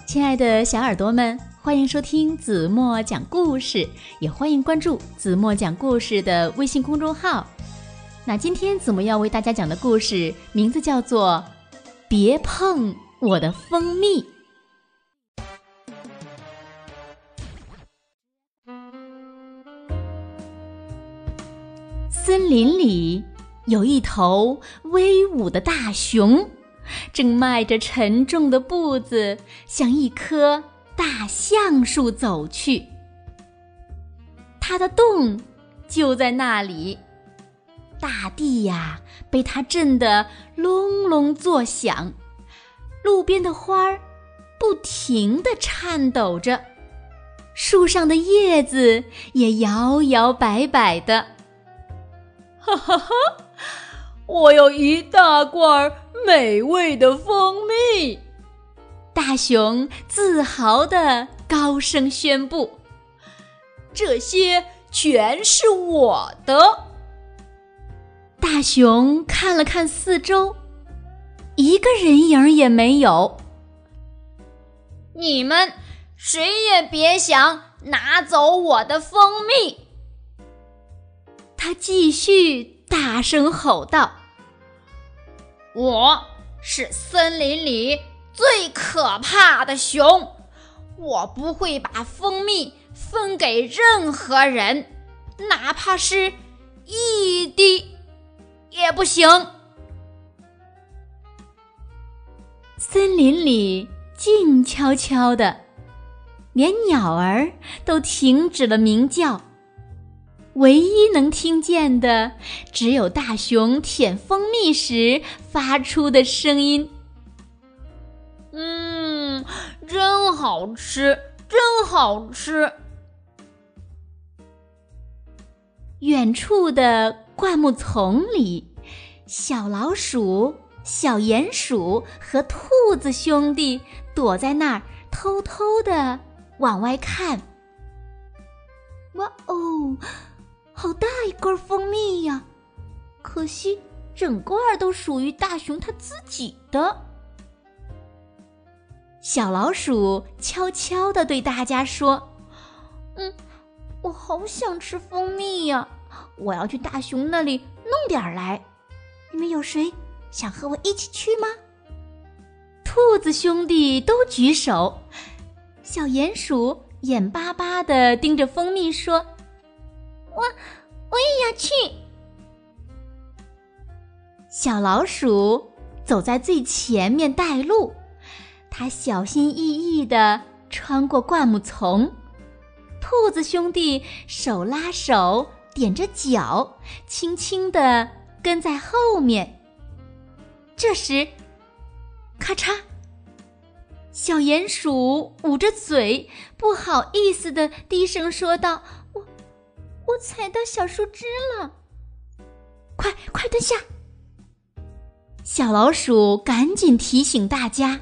亲爱的小耳朵们，欢迎收听子墨讲故事，也欢迎关注子墨讲故事的微信公众号。那今天子墨要为大家讲的故事名字叫做别碰我的蜂蜜。森林里有一头威武的大熊，正迈着沉重的步子向一棵大橡树走去。它的洞就在那里，大地呀，被它震得隆隆作响，路边的花儿不停地颤抖着，树上的叶子也摇摇摆摆的。哈哈哈！我有一大罐美味的蜂蜜，大熊自豪地高声宣布，这些全是我的。大熊看了看四周，一个人影也没有。 你们谁也别想拿走我的蜂蜜！ 他继续大声吼道， 我是森林里最可怕的熊，我不会把蜂蜜分给任何人，哪怕是一滴也不行。 森林里静悄悄的，连鸟儿都停止了鸣叫，唯一能听见的只有大熊舔蜂蜜时发出的声音。 真好吃，真好吃。 远处的灌木丛里，小老鼠、小鼹鼠和兔子兄弟躲在那儿，偷偷地往外看。哇哦，好大一罐蜂蜜呀！可惜整罐都属于大熊他自己的。小老鼠悄悄地对大家说，我好想吃蜂蜜呀，我要去大熊那里弄点来。你们有谁想和我一起去吗？兔子兄弟都举手，小鼹鼠眼巴巴地盯着蜂蜜说，我也要去。小老鼠走在最前面带路，它小心翼翼地穿过灌木丛，兔子兄弟手拉手，踮着脚，轻轻地跟在后面。这时，咔嚓，小鼹鼠捂着嘴，不好意思地低声说道，我踩到小树枝了，快蹲下！小老鼠赶紧提醒大家。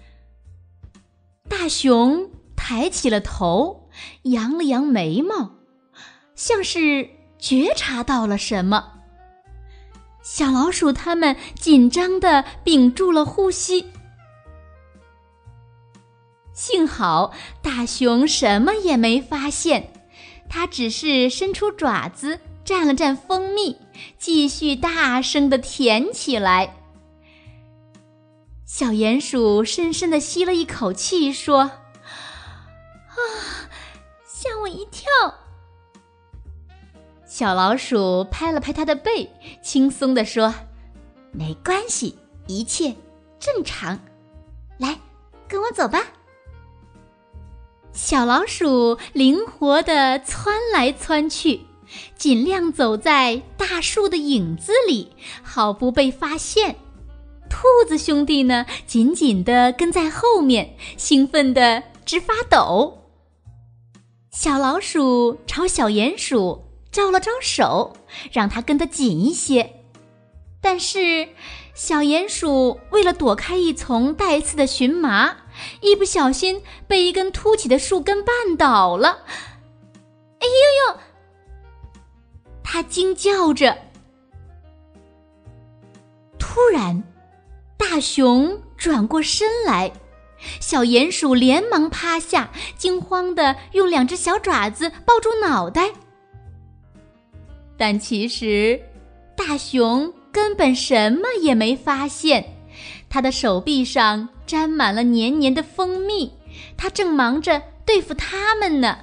大熊抬起了头，扬了扬眉毛，像是觉察到了什么。小老鼠它们紧张地屏住了呼吸。幸好大熊什么也没发现，它只是伸出爪子蘸了蘸蜂蜜，继续大声地舔起来。小鼹鼠深深地吸了一口气，说，吓我一跳。小老鼠拍了拍它的背，轻松地说，没关系，一切正常。来，跟我走吧。小老鼠灵活地窜来窜去，尽量走在大树的影子里，好不被发现。兔子兄弟呢，紧紧地跟在后面，兴奋得直发抖。小老鼠朝小鼹鼠招了招手，让它跟得紧一些。但是小鼹鼠为了躲开一丛带刺的荨麻，一不小心被一根凸起的树根绊倒了。哎呦呦！它惊叫着。突然，大熊转过身来， 小鼹鼠连忙趴下，惊慌地用2只小爪子抱住脑袋。但其实大熊根本什么也没发现，他的手臂上沾满了黏黏的蜂蜜，他正忙着对付它们呢。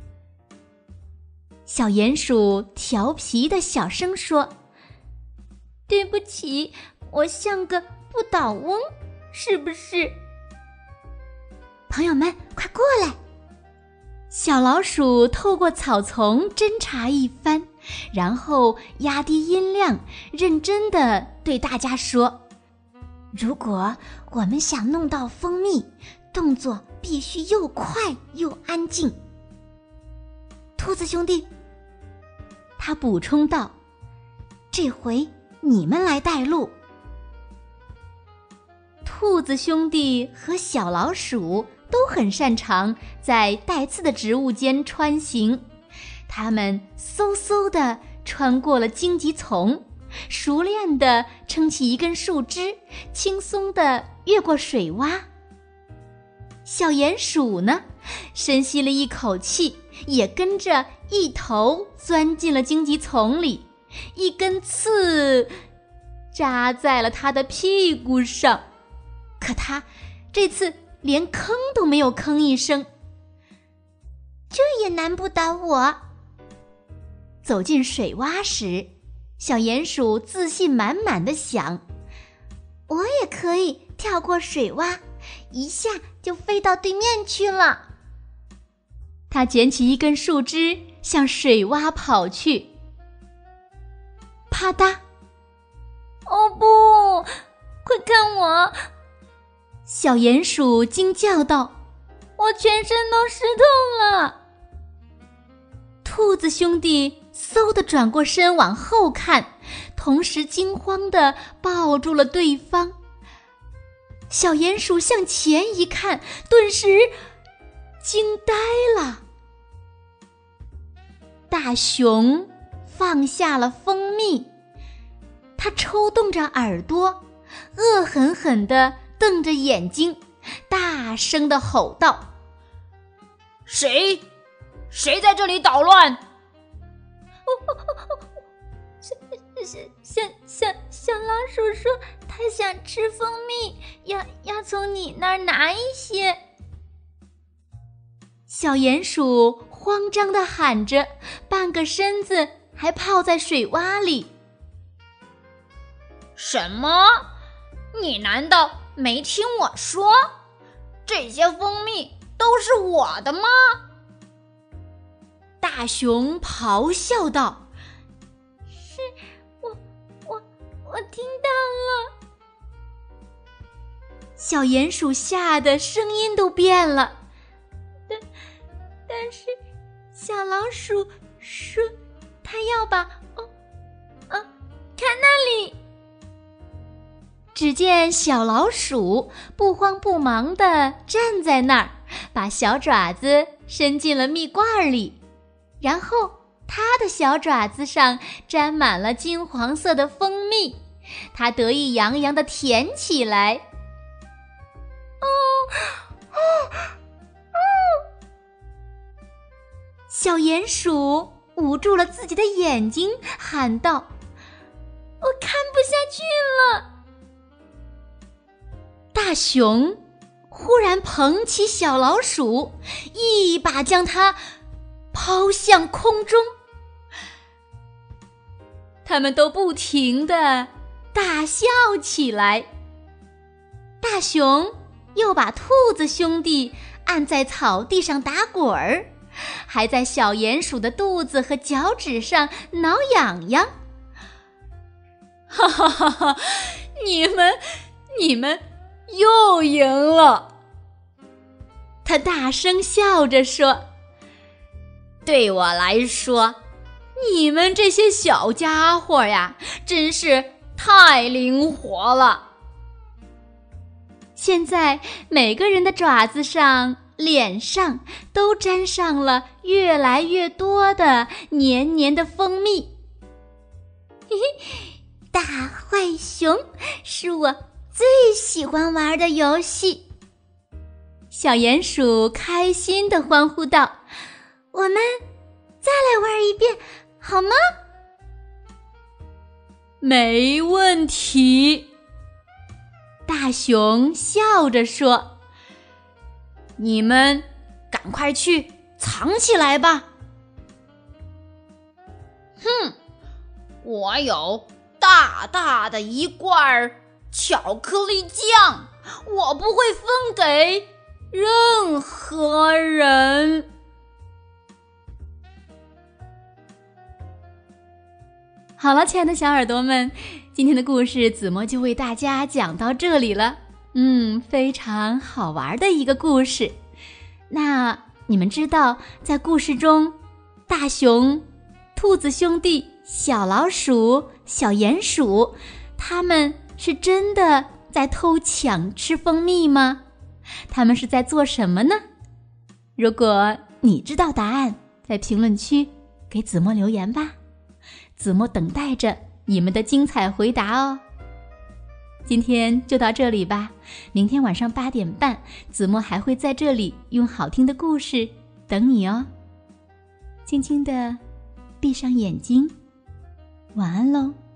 小鼹鼠调皮地小声说：“对不起，我像个不倒翁，是不是？”朋友们，快过来！小老鼠透过草丛侦查一番，然后压低音量，认真地对大家说：“如果我们想弄到蜂蜜，动作必须又快又安静。”兔子兄弟，他补充道：“这回你们来带路。”兔子兄弟和小老鼠都很擅长在带刺的植物间穿行，他们嗖嗖地穿过了荆棘丛，熟练地撑起一根树枝，轻松地越过水洼。小鼹鼠呢，深吸了一口气，也跟着一头钻进了荆棘丛里，一根刺扎在了他的屁股上，可他这次连吭都没有吭一声。这也难不倒我。走进水洼时，小鼹鼠自信满满地想：我也可以跳过水洼，一下就飞到对面去了。他捡起一根树枝，向水洼跑去。啪嗒！哦不，快看我！小鼹鼠惊叫道：“我全身都湿透了！”兔子兄弟嗖地转过身往后看，同时惊慌地抱住了对方。小鼹鼠向前一看，顿时惊呆了。大熊放下了蜂蜜，他抽动着耳朵，恶狠狠地瞪着眼睛，大声地吼道：“ 谁在这里捣乱？” 小老鼠说它想吃蜂蜜，要从你那儿拿一些。小鼹鼠慌张地喊着，半个身子还泡在水洼里。 什么？你难道没听我说？这些蜂蜜都是我的吗？ 大熊咆哮道：“是我听到了。”小鼹鼠吓得声音都变了。但是小老鼠说它要把看那里。只见小老鼠不慌不忙地站在那儿，把小爪子伸进了蜜罐里，然后它的小爪子上沾满了金黄色的蜂蜜，它得意洋洋地舔起来。小鼹鼠捂住了自己的眼睛，喊道：“我看不下去了。”大熊忽然捧起小老鼠，一把将它抛向空中。他们都不停地大笑起来。大熊又把兔子兄弟按在草地上打滚儿，还在小鼹鼠的肚子和脚趾上挠痒痒。哈哈哈哈！你们又赢了！他大声笑着说：“对我来说，你们这些小家伙呀，真是太灵活了。”现在每个人的爪子上、脸上都沾上了越来越多的黏黏的蜂蜜。嘿嘿，大坏熊是我最喜欢玩的游戏。 小鼹鼠开心地欢呼道：“ 我们再来玩一遍，好吗？”“ 没问题。”大熊笑着说：“ 你们赶快去藏起来吧。”“哼，我有大大的一罐巧克力酱，我不会分给任何人。” 好了，亲爱的小耳朵们，今天的故事子墨就为大家讲到这里了。非常好玩的一个故事。那你们知道，在故事中，大熊、兔子兄弟、小老鼠、小鼹鼠，他们是真的在偷抢吃蜂蜜吗？他们是在做什么呢？如果你知道答案，在评论区给子墨留言吧。子墨等待着你们的精彩回答哦。今天就到这里吧，明天晚上8点半，子墨还会在这里用好听的故事等你哦。轻轻地闭上眼睛，晚安喽。